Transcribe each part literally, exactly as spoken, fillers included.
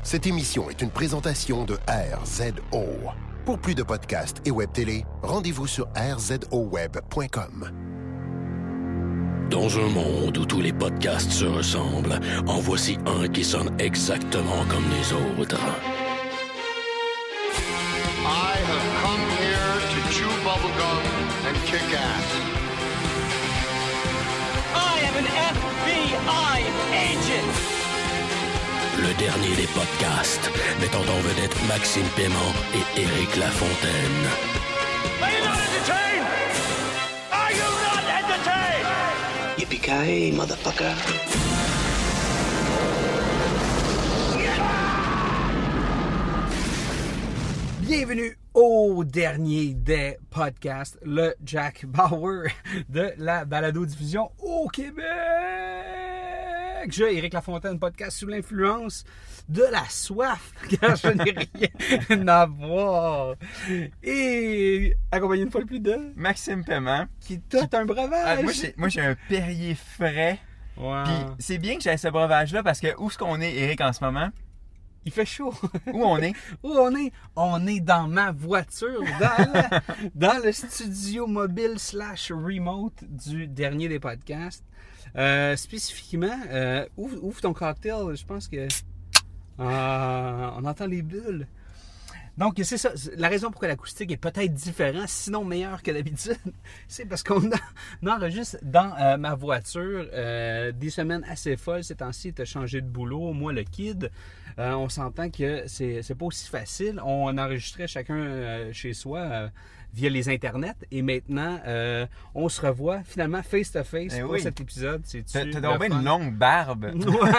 Cette émission est une présentation de R Z O. Pour plus de podcasts et web télé, rendez-vous sur r z o web point com. Dans un monde où tous les podcasts se ressemblent, en voici un qui sonne exactement comme les autres. I have come here to chew bubblegum and kick ass. I am an F B I agent. Le dernier des podcasts, mettant en vedette Maxime Paiement et Éric Lafontaine. Are you not entertained? Are you not entertained? Yippee-ki-yay, motherfucker. Bienvenue au dernier des podcasts, le Jack Bauer de la balado-diffusion au Québec. Je, Éric Lafontaine, podcast sous l'influence de la soif, car je n'ai rien à boire. Et accompagné une fois de plus de Maxime Paiement. Qui tote un breuvage. Ah, moi, j'ai, moi, j'ai un Perrier frais. Wow. Puis c'est bien que j'ai ce breuvage-là parce que où est-ce qu'on est, Éric, en ce moment? Il fait chaud. Où on est? Où on est? On est dans ma voiture, dans, la, dans le studio mobile slash remote du dernier des podcasts. Euh, spécifiquement, euh, ouvre, ouvre ton cocktail, je pense que euh, on entend les bulles. Donc, c'est ça. La raison pourquoi l'acoustique est peut-être différente, sinon meilleure que d'habitude, c'est parce qu'on en, enregistre dans euh, ma voiture. Euh, des semaines assez folles ces temps-ci, tu as changé de boulot. Moi, le kid, euh, on s'entend que c'est, c'est pas aussi facile. On enregistrait chacun euh, chez soi euh, via les internets. Et maintenant, euh, on se revoit finalement face-to-face eh pour oui. cet épisode. C'est T'as, t'as donc bien une longue barbe.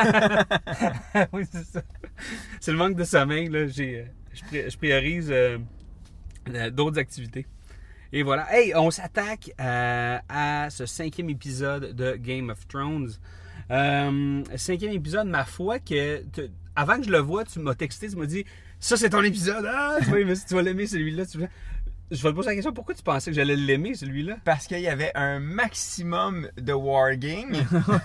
Oui, c'est ça. C'est le manque de sommeil, là. J'ai... Je priorise euh, d'autres activités. Et voilà. Hey, on s'attaque euh, à ce cinquième épisode de Game of Thrones. Euh, cinquième épisode, ma foi, que te, avant que je le voie, tu m'as texté, tu m'as dit « Ça, c'est ton épisode! Ah, tu, vas, tu vas l'aimer, celui-là! » tu vas... Je vais te poser la question, pourquoi tu pensais que j'allais l'aimer, celui-là? Parce qu'il y avait un maximum de wargame.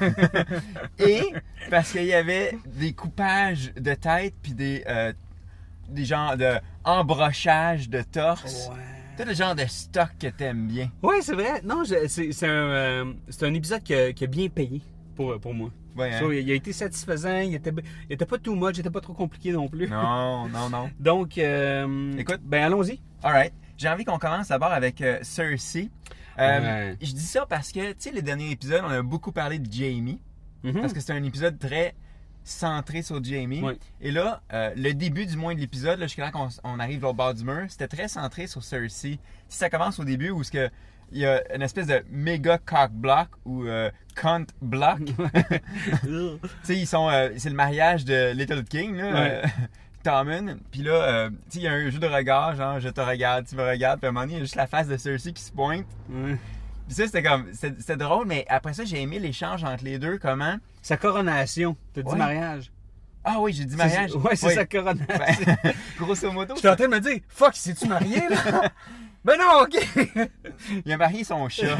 Et parce qu'il y avait des coupages de tête puis des... Euh, des genres de embrochage de torse. Ouais. Tout le genre de stock que t'aimes bien. Oui, c'est vrai. Non, je, c'est, c'est, un, euh, c'est un épisode qui a, qui a bien payé pour, pour moi. Ouais, hein? So, il a été satisfaisant, il était, il était pas too much, il était pas trop compliqué non plus. Non, non, non. Donc, euh, écoute, ben allons-y. Alright. J'ai envie qu'on commence d'abord avec euh, Cersei. Euh, ouais. Je dis ça parce que, tu sais, le dernier épisode, on a beaucoup parlé de Jaime. Mm-hmm. Parce que c'est un épisode très centré sur Jaime. Oui. Et là, euh, le début du moins de l'épisode, là, jusqu'à là qu'on on arrive au bord du mur, c'était très centré sur Cersei. Si ça commence au début où il y a une espèce de méga cock block ou euh, cunt block. Tu sais, ils sont, euh, c'est le mariage de Little King, là. Ouais. Euh, Tommen. Puis là, euh, tu sais, il y a un jeu de regard, genre je te regarde, tu me regardes. Puis à un moment donné, il y a juste la face de Cersei qui se pointe. Ouais. Puis ça, c'était comme, c'était, c'était drôle, mais après ça, j'ai aimé l'échange entre les deux, comment... Sa coronation. T'as dit Ouais. mariage. Ah oui, j'ai dit mariage. C'est, ouais, c'est Oui. sa coronation. Ben, grosso modo. Je suis en train de me dire, fuck, c'est-tu marié, là? Ben non, ok. Il a marié son chat.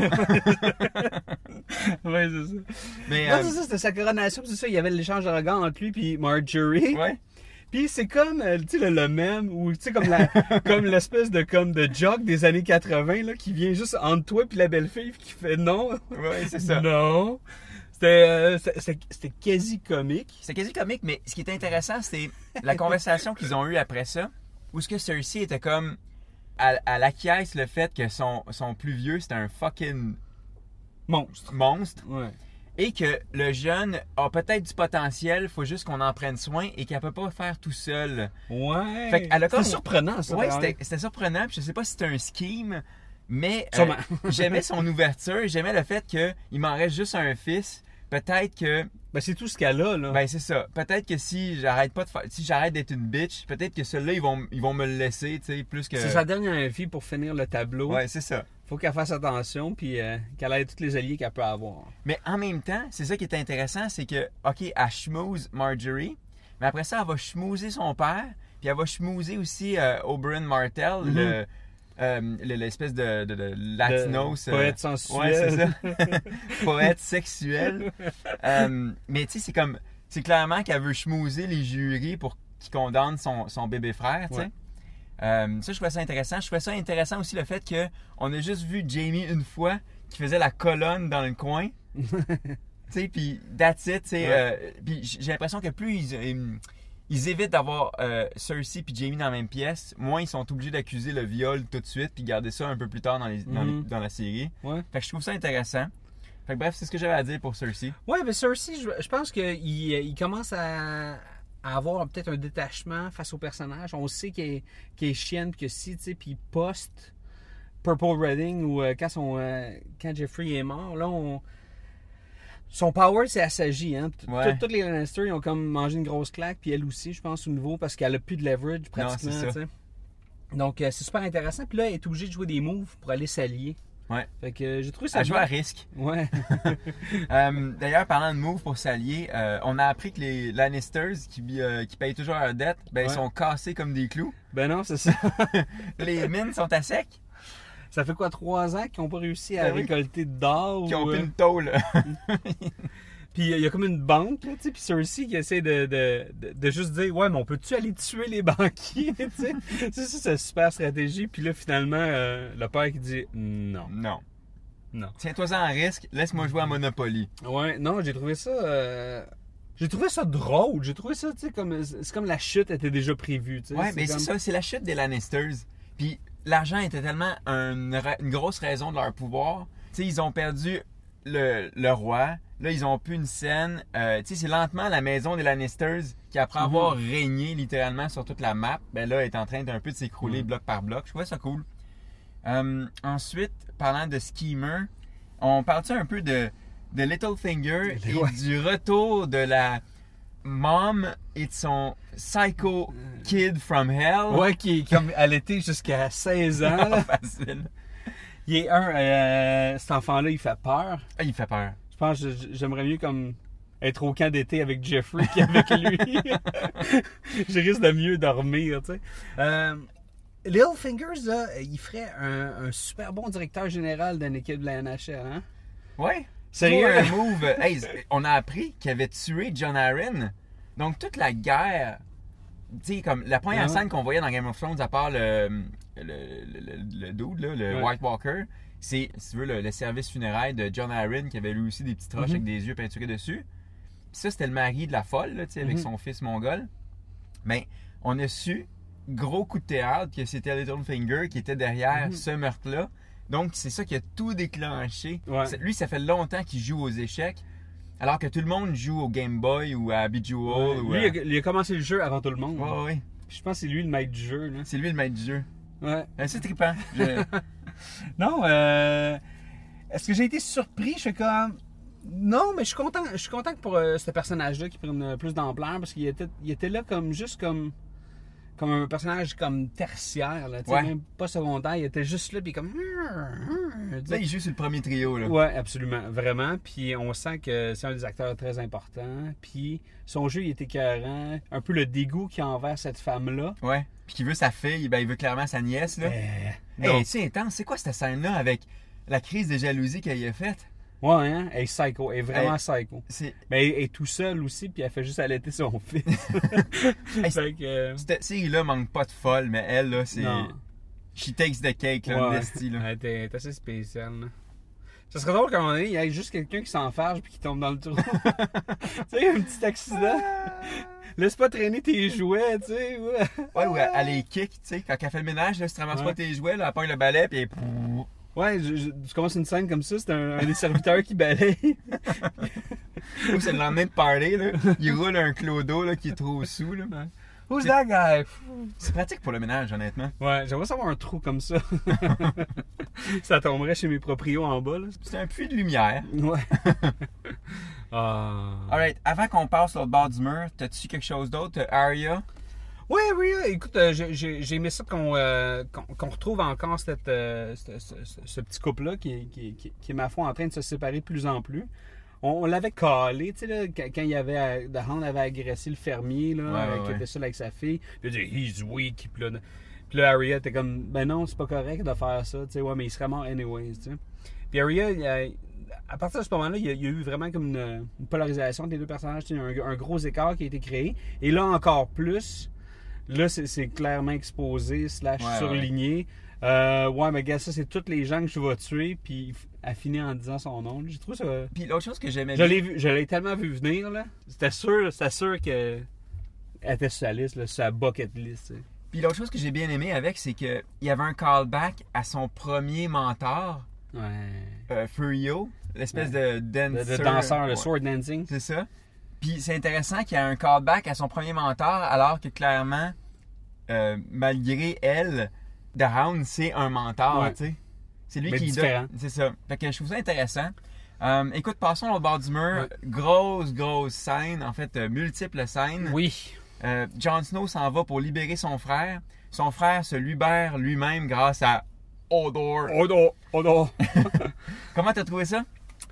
Ouais, c'est ça. Mais, Non, euh, c'est ça, c'était sa coronation, c'est ça, il y avait l'échange de regards entre lui et Marjorie. ouais. Puis c'est comme, euh, tu sais, le, le mème, ou tu sais, comme, la, comme l'espèce de, comme de jock des années quatre-vingts, là, qui vient juste entre toi puis la belle-fille, qui fait non. Ouais, c'est ça. Non. C'était, euh, c'était, c'était quasi comique. C'est quasi comique, mais ce qui est intéressant, c'est la conversation qu'ils ont eue après ça, où ce que Cersei était comme, elle, elle acquiesce le fait que son, son plus vieux, c'était un fucking Monstre. monstre, Ouais. et que le jeune a peut-être du potentiel, faut juste qu'on en prenne soin, et qu'elle peut pas faire tout seul. Ouais. Fait qu'elle a comme- C'était surprenant, ça. Ouais, par c'était, exemple. c'était surprenant, puis je sais pas si c'était un scheme, mais euh, Sûrement. j'aimais son ouverture, j'aimais le fait qu'il m'en reste juste un fils. Peut-être que, Ben, c'est tout ce qu'elle a, là. ben c'est ça. Peut-être que si j'arrête pas de faire, si j'arrête d'être une bitch, peut-être que ceux-là ils vont, ils vont me le laisser, tu sais, plus que. C'est sa dernière vie pour finir le tableau. Ouais, c'est ça. Faut qu'elle fasse attention, puis euh, qu'elle ait tous les alliés qu'elle peut avoir. Mais en même temps, c'est ça qui est intéressant, c'est que, ok, elle schmooze Marjorie, mais après ça, elle va schmoozer son père, puis elle va schmoozer aussi euh, Oberyn Martell, Mm-hmm. le, euh, le- l'espèce de, de, de latinos. De euh, poète sensuel. Ouais, c'est ça. Poète sexuel. Euh, mais tu sais, c'est comme, c'est clairement qu'elle veut schmoozer les jurys pour qui condamne son, son bébé frère, tu sais. Ouais. Euh, ça, je trouvais ça intéressant. Je trouvais ça intéressant aussi le fait qu'on a juste vu Jamie une fois qui faisait la colonne dans le coin. Tu sais, puis that's it, tu sais. Ouais. Euh, puis j'ai l'impression que plus ils, ils, ils évitent d'avoir euh, Cersei puis Jamie dans la même pièce, moins ils sont obligés d'accuser le viol tout de suite puis garder ça un peu plus tard dans, les, dans, les- Mhm. dans la série. Ouais. Fait que je trouve ça intéressant. Fait que bref, c'est ce que j'avais à dire pour Cersei. Ouais, mais Cersei, je, je pense qu'il il commence à, à avoir peut-être un détachement face au personnage. On sait qu'il est, qu'il est chienne, puis que si, tu sais, puis post Purple Wedding ou euh, quand, son, euh, quand Jeffrey est mort, là, on... son power s'est assagi. Hein? T- Ouais. Toutes les Lannister, ils ont comme mangé une grosse claque, puis elle aussi, je pense, au nouveau, parce qu'elle a plus de leverage pratiquement. c'est ça. tu sais. Donc, euh, c'est super intéressant. Puis là, elle est obligée de jouer des moves pour aller s'allier. Ouais. Fait que euh, j'ai trouvé ça À jouer bien. à risque. Ouais. Euh, D'ailleurs, parlant de move pour s'allier, euh, on a appris que les Lannisters qui, euh, qui payent toujours leurs dettes, ben, ils Ouais. sont cassés comme des clous. Ben non, c'est ça. Les mines sont à sec, Ça fait quoi, trois ans qu'ils n'ont pas réussi à Ben oui. récolter d'or? qui ont ou, plus euh, une tôle. Puis il y a comme une banque, là, tu sais, puis Cersei qui essaie de, de, de, de juste dire, ouais, mais on peut-tu aller tuer les banquiers, tu sais? Tu sais, ça, c'est une super stratégie. Puis là, finalement, euh, le père qui dit, non, Non. non. Tiens-toi en risque, laisse-moi jouer à Monopoly. Ouais, non, j'ai trouvé ça... euh, J'ai trouvé ça drôle. J'ai trouvé ça, tu sais, comme... C'est comme la chute était déjà prévue, tu sais. Ouais, mais c'est comme- ça, c'est la chute des Lannisters. Puis l'argent était tellement un- une grosse raison de leur pouvoir. Tu sais, ils ont perdu le, le roi. Là, ils ont plus une scène. Euh, tu sais, c'est lentement la maison des Lannisters qui, après avoir régné littéralement sur toute la map, ben là, est en train d'un peu de s'écrouler Mhm. bloc par bloc. Je trouvais ça cool. Euh, ensuite, parlant de Schemer, on parle-tu un peu de, de Littlefinger et Ouais. du retour de la mom et de son psycho kid from hell? Ouais, qui est comme allaité jusqu'à seize ans, là. Facile. Il est un... euh, cet enfant-là, il fait peur. Ah, il fait peur. Je pense que j'aimerais mieux comme être au camp d'été avec Jeffrey qu'avec lui. Je risque de mieux dormir, tu sais. Euh, Littlefinger, là, il ferait un, un super bon directeur général d'une équipe de la N H L, hein? Ouais. Sérieux? Pour un move. Hey, on a appris qu'il avait tué John Arryn. Donc, toute la guerre. Tu sais, comme la première Ouais. scène qu'on voyait dans Game of Thrones, à part le, le, le, le, le dude, là, le Ouais. White Walker, c'est, si tu veux, le, le service funéraire de John Arryn qui avait lui aussi des petites roches Mhm. avec des yeux peinturés dessus. Puis ça, c'était le mari de la folle, là, tu sais, avec Mhm. son fils mongol. Mais on a su, gros coup de théâtre, que c'était Littlefinger qui était derrière Mhm. ce meurtre-là. Donc, c'est ça qui a tout déclenché. Ouais. C'est- Lui, ça fait longtemps qu'il joue aux échecs, alors que tout le monde joue au Game Boy ou à Bejeweled. ou Lui, à... il a, il a commencé le jeu avant tout le monde. Ouais, ouais, ouais. Je pense que c'est lui le maître du jeu, là. C'est lui le maître du jeu. Ouais. Euh, C'est trippant. Je- Non, euh... Est-ce que j'ai été surpris? Je suis comme... Non, mais je suis content, je suis content que pour euh, ce personnage-là qui prenne euh, plus d'ampleur parce qu'il était, il était là comme juste comme comme un personnage comme tertiaire, là, tu sais, Ouais. même pas secondaire. Il était juste là, puis comme... tu sais. Là, il joue sur le premier trio. Là. Ouais, absolument, vraiment. Puis on sent que c'est un des acteurs très importants. Puis son jeu, il était écœurant. Un peu le dégoût qu'il a envers cette femme-là. Ouais. Puis qu'il veut sa fille, ben il veut clairement sa nièce. Là. Euh, Hey, donc- c'est intense. C'est quoi cette scène-là avec la crise de jalousie qu'elle a faite? Ouais, hein? Elle est psycho. Elle est vraiment Hey. psycho. C'est... Mais elle est tout seule aussi, puis elle fait juste allaiter son fils. Hey, Fait que, euh, Cette série-là manque pas de folle, mais elle, là, c'est... Non. She takes the cake, là, ouais, Nesty, là. elle était, elle était assez spéciale. Là. Ça serait drôle qu'à un moment donné, il y ait juste quelqu'un qui s'enfarge puis qui tombe dans le trou. Tu sais, un petit accident. Laisse pas traîner tes jouets, tu sais. Ouais, Ouais, ou elle, elle les kick, tu sais, quand elle fait le ménage, là, si tu ramasses Ouais. pas tes jouets, là, elle pogne le balai, puis elle... ouais je, je, je commence une scène comme ça, c'est un, un des serviteurs qui balaye. Ou c'est le lendemain de party, là, il roule un clodo, là, qui est trop sous, là. Who's that guy? C'est pratique pour le ménage, honnêtement. Ouais, j'aimerais savoir un trou comme ça. Ça tomberait chez mes proprios en bas, là. C'est un puits de lumière. Ouais. Ah. Alright, avant qu'on passe sur le bord du mur, t'as-tu quelque chose d'autre, Arya? Oui, oui, écoute, euh, j'ai- j'ai j'ai aimé ça qu'on euh, qu'on qu'on retrouve encore cette, euh, ce, ce- ce- ce petit couple-là qui, est- qui, est- qui, est- qui est, ma foi, en train de se séparer de plus en plus. On, on l'avait calé, tu sais, là, quand, quand il y avait, The Hound avait agressé le fermier, là, Ouais, euh, ouais, qui ouais. était seul avec sa fille. Puis il a dit, he's weak. Puis là, puis là, Arya était comme, ben non, c'est pas correct de faire ça, tu sais, ouais, mais il serait mort anyways, tu sais. Puis Arya, il a- à partir de ce moment-là, il y a, il y a eu vraiment comme une, une polarisation des deux personnages. Il y a un, un gros écart qui a été créé. Et là, encore plus, là, c'est, c'est clairement exposé, slash ouais, surligné. Ouais. Euh, ouais, mais gars, ça, c'est toutes les gens que je vais tuer, puis elle finit en disant son nom. J'ai trouvé ça. Puis l'autre chose que j'aimais je bien. L'ai vu, je l'ai tellement vu venir, là. C'était sûr, c'était sûr que. Elle était sur sa liste, là, sur sa bucket list. T'sais. Puis l'autre chose que j'ai bien aimé avec, c'est qu'il y avait un callback à son premier mentor, Ouais. euh, Furio, l'espèce ouais. de danseur. De, de danseur, de ouais. sword dancing. C'est ça. Puis c'est intéressant qu'il y ait un callback à son premier mentor, alors que clairement, euh, malgré elle, The Hound, c'est un mentor, ouais. tu sais. C'est lui mais qui différent. donne. C'est ça. Fait que je trouve ça intéressant. Euh, écoute, passons au bord du mur. Ouais. Grosse, grosse scène. En fait, euh, multiples scènes. Oui. Euh, Jon Snow s'en va pour libérer son frère. Son frère se libère lui-même grâce à Hodor. Hodor. Hodor. Comment t'as trouvé ça?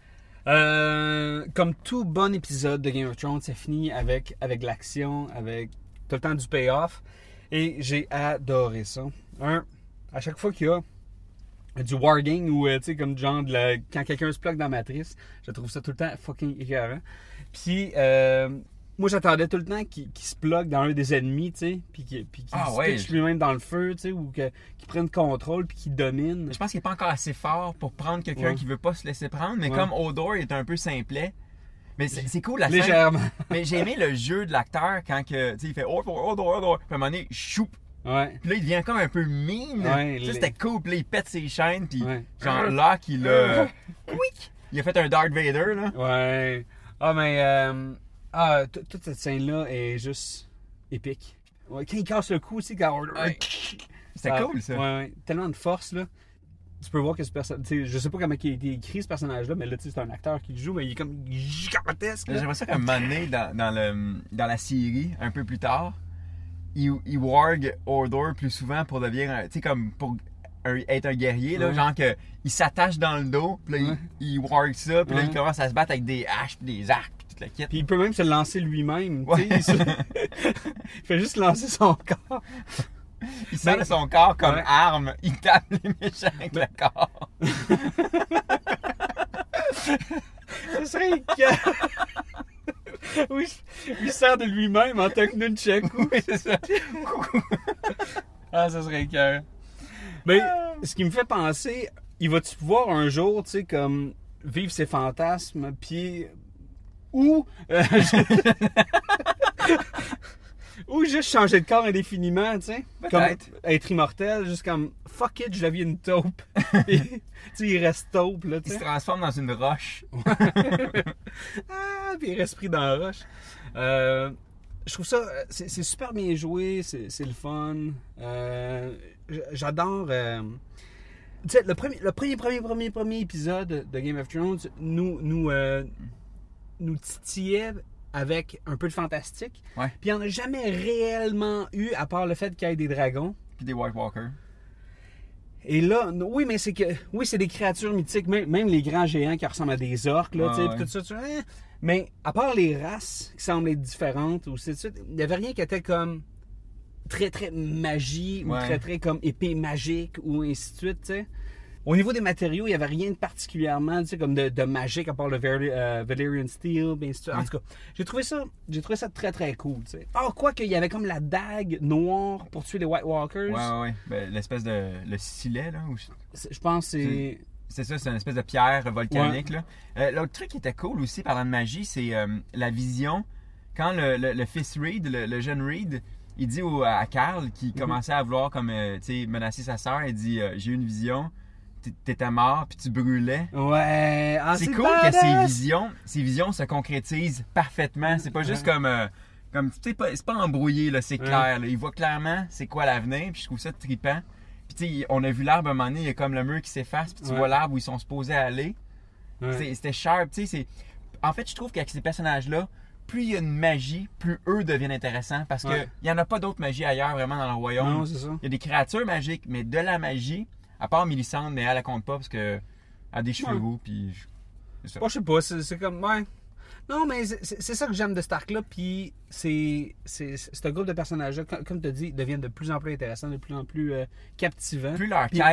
Euh, comme tout bon épisode de Game of Thrones, ça finit avec, avec l'action, avec tout le temps du payoff. Et j'ai adoré ça. Un, à chaque fois qu'il y a du wargame ou, euh, tu sais, comme genre de la, quand quelqu'un se bloque dans la matrice, je trouve ça tout le temps fucking écœurant. Puis, euh, moi, j'attendais tout le temps qu'il, qu'il se bloque dans un des ennemis, tu sais, puis qu'il, puis qu'il ah, se ouais. pitche lui-même dans le feu, tu sais, ou que, qu'il prenne contrôle puis qu'il domine. Je pense qu'il n'est pas encore assez fort pour prendre quelqu'un ouais. qui veut pas se laisser prendre, mais ouais. comme Hodor est un peu simplet. Mais c'est, c'est cool la scène. Légèrement. Mais j'ai aimé le jeu de l'acteur quand que, tu sais, il fait Hodor, Hodor, Hodor. Puis à un moment donné, choup. Ouais. Puis là, il devient comme un peu mean. Ouais, tu sais, les... c'était cool. Puis là, il pète ses chaînes. Puis ouais. genre là, qu'il a. Quick! Il a fait un Darth Vader, là. Ouais. Ah, mais. Euh... Ah, t- toute cette scène-là est juste épique. Ouais, quand il casse le cou aussi, quand. Ouais. C'était ah, cool, ça. Ouais, ouais. Tellement de force, là. Tu peux voir que ce personnage. Je sais pas comment il a été écrit, ce personnage-là, mais là, c'est un acteur qui le joue, mais il est comme gigantesque. Là. J'aimerais ça qu'un moment donné, dans, dans, le, dans la série, un peu plus tard, il, il warg Hodor plus souvent pour devenir, tu sais, comme pour un, être un guerrier, là, ouais. genre que il s'attache dans le dos, puis là, ouais. il, il warg ça, puis ouais. là, il commence à se battre avec des haches, puis des arcs, puis toute la kit. Puis il peut même se lancer lui-même, ouais. tu sais. Il, se... il fait juste lancer son corps. Il sert de son corps comme ouais. arme, il tape les méchants avec le corps. Ce serait oui, il sert de lui-même en tant que nunchaku. Oui, c'est ça. Ah, ça serait cœur. Mais ce qui me fait penser, il va-tu pouvoir un jour, tu sais, comme vivre ses fantasmes, puis ou euh, ou juste changer de corps indéfiniment, tu sais, comme être immortel, juste comme fuck it, je deviens une taupe. Tu sais, il reste taupe là, tu sais. Il se transforme dans une roche. Ah, puis il reste pris dans la roche. Euh, je trouve ça, c'est, c'est super bien joué, c'est, c'est le fun. Euh, j'adore. Euh, tu sais, le premier, le premier, premier, premier, premier épisode de Game of Thrones nous, nous, euh, nous titillait avec un peu de fantastique. Ouais. Puis il n'y en a jamais réellement eu, à part le fait qu'il y ait des dragons. Puis des White Walkers. Et là, oui, mais c'est que, oui, c'est des créatures mythiques, même, même les grands géants qui ressemblent à des orques, là, ah, tu sais, ouais. tout ça, tu sais, mais à part les races qui semblent être différentes, ou c'est ça, il n'y avait rien qui était comme très, très magie, ouais. ou très, très comme épée magique, ou ainsi de suite, tu sais. Au niveau des matériaux, il n'y avait rien de particulièrement, tu sais, comme de, de magique, à part le Val- euh, Valyrian Steel, bien sûr. En tout cas, j'ai trouvé ça, j'ai trouvé ça très, très cool, tu sais. Ah, quoi qu'il y avait comme la dague noire pour tuer les White Walkers. Ouais, ouais, ouais. Ben, l'espèce de... le stylet, là. Où... Je pense que c'est... C'est ça, c'est une espèce de pierre volcanique, ouais. là. Euh, l'autre truc qui était cool aussi, parlant de magie, c'est euh, la vision. Quand le, le, le fils Reed, le, le jeune Reed, il dit au, à Carl, qui mm-hmm. commençait à vouloir, comme, euh, tu sais, menacer sa sœur, il dit euh, « J'ai eu une vision. » T'étais mort puis tu brûlais. Ouais. Ah, c'est, c'est cool badass. que ces visions, ces visions se concrétisent parfaitement. C'est pas juste ouais. comme, euh, comme tu sais, pas, c'est pas embrouillé là, c'est ouais. clair. Là. Il voit clairement c'est quoi l'avenir. Puis je trouve ça trippant. Puis tu sais, on a vu l'arbre à un moment donné, il y a comme le mur qui s'efface. Puis tu ouais. vois l'arbre où ils sont supposés aller. Ouais. C'est, c'était sharp. Tu sais, c'est. En fait, je trouve qu'avec ces personnages-là, plus il y a une magie, plus eux deviennent intéressants parce que ouais. il y en a pas d'autre magie ailleurs vraiment dans le royaume. Non, c'est ça. Il y a des créatures magiques, mais de la magie. À part Mélisandre, mais elle la compte pas parce que elle a des cheveux ouais. roux, puis c'est ça. Moi, je sais pas, c'est, c'est comme, ouais. Non, mais c'est, c'est ça que j'aime de Stark-là, puis c'est, c'est, c'est un groupe de personnages-là, comme, comme tu as dit, deviennent de plus en plus intéressants, de plus en plus euh, captivants. Plus leur puis, quête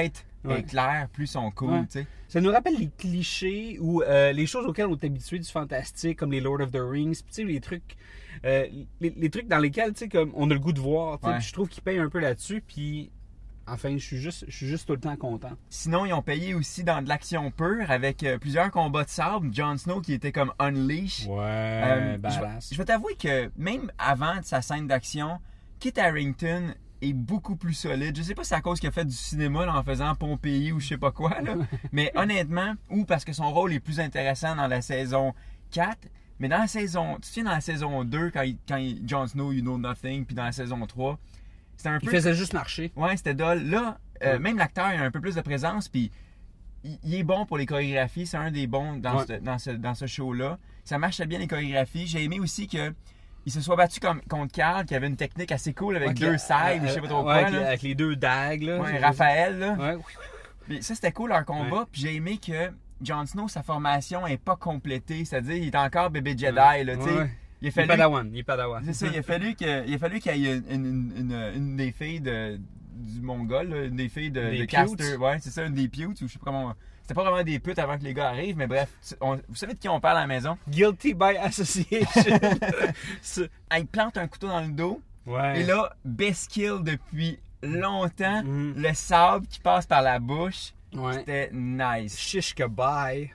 elle Ouais. est claire, plus ils sont cool, Ouais. tu sais. Ça nous rappelle les clichés ou euh, les choses auxquelles on est habitué du fantastique, comme les Lord of the Rings, puis tu sais, les trucs, euh, les, les trucs dans lesquels, tu sais, comme on a le goût de voir, tu sais, Ouais. puis je trouve qu'ils payent un peu là-dessus, puis enfin, je suis juste, je suis juste tout le temps content. Sinon, ils ont payé aussi dans de l'action pure avec euh, plusieurs combats de sable. Jon Snow qui était comme Unleash. Ouais, Euh, je, badass. vais- je vais t'avouer que même avant de sa scène d'action, Kit Harington est beaucoup plus solide. Je sais pas si c'est à cause qu'il a fait du cinéma là, en faisant Pompéi ou je sais pas quoi, là. Mais honnêtement, ou parce que son rôle est plus intéressant dans la saison quatre, mais dans la saison, tu te souviens dans la saison deux, quand, il, quand il, Jon Snow, You Know Nothing, puis dans la saison trois, c'était un peu... Il faisait juste marcher. Ouais, c'était dole. Là, euh, Ouais. même l'acteur, il a un peu plus de présence, puis il, il est bon pour les chorégraphies. C'est un des bons dans, Ouais. ce, dans ce, dans ce show-là. Ça marchait bien, les chorégraphies. J'ai aimé aussi que il se soit battu comme, contre Carl, qui avait une technique assez cool avec Ouais, deux euh, sailles, ou je sais pas trop ouais, quoi. avec, là. avec les deux dagues, là. Ouais, Raphaël, là. Ouais. Puis ça, c'était cool leur combat. Puis j'ai aimé que Jon Snow, sa formation n'est pas complétée. C'est-à-dire, il est encore bébé Jedi, là, tu sais. Ouais. Il a Il est fallu... padawan, il est padawan. C'est ça, il a fallu que, il a fallu qu'il y ait une, une, une, une des filles de, du Mongol, là, une des filles de, Des de Caster. Ouais, c'est ça, une des putes, ou je sais pas comment. C'était pas vraiment des putes avant que les gars arrivent, mais bref, on- vous savez de qui on parle à la maison? Guilty by association. C'est- Elle plante un couteau dans le dos, ouais. et là, best kill depuis longtemps, Mhm. le sable qui passe par la bouche, Ouais. c'était nice. Shish bye.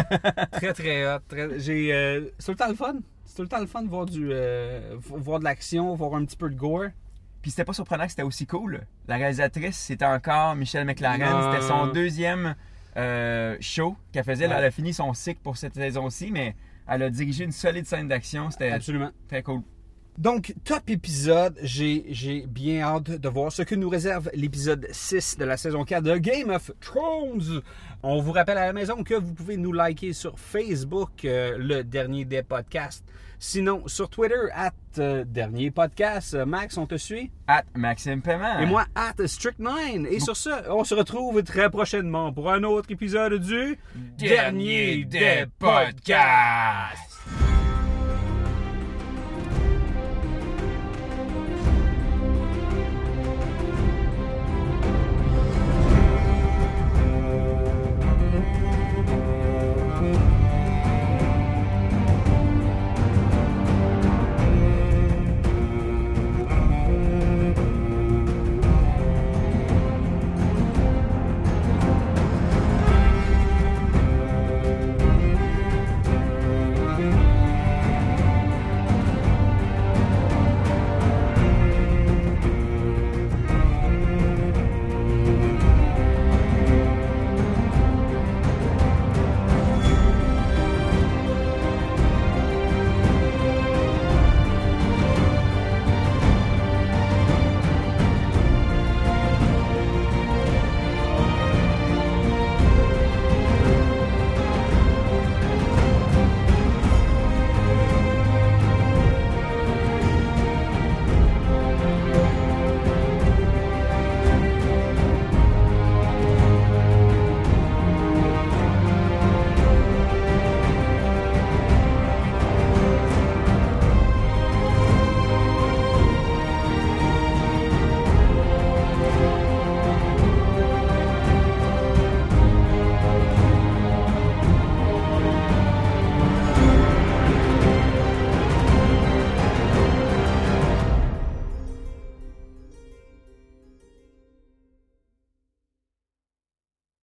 Très très hot. Très... J'ai, euh, c'est tout le temps le fun. C'est tout le temps le fun de voir du, euh, voir de l'action, voir un petit peu de gore. Puis c'était pas surprenant que c'était aussi cool. La réalisatrice, c'était encore Michelle McLaren. Non. C'était son deuxième euh, show qu'elle faisait. Là, Ouais. elle a fini son cycle pour cette saison-ci, mais elle a dirigé une solide scène d'action. C'était Absolument. très cool. Donc, top épisode. J'ai, j'ai bien hâte de voir ce que nous réserve l'épisode six de la saison quatre de Game of Thrones. On vous rappelle à la maison que vous pouvez nous liker sur Facebook, euh, le dernier des podcasts. Sinon, sur Twitter, at euh, dernier podcast. Euh, Max, on te suit? At Maxime Paiement. Et moi, at Strict nine. Et sur ce, on se retrouve très prochainement pour un autre épisode du Dernier des podcasts.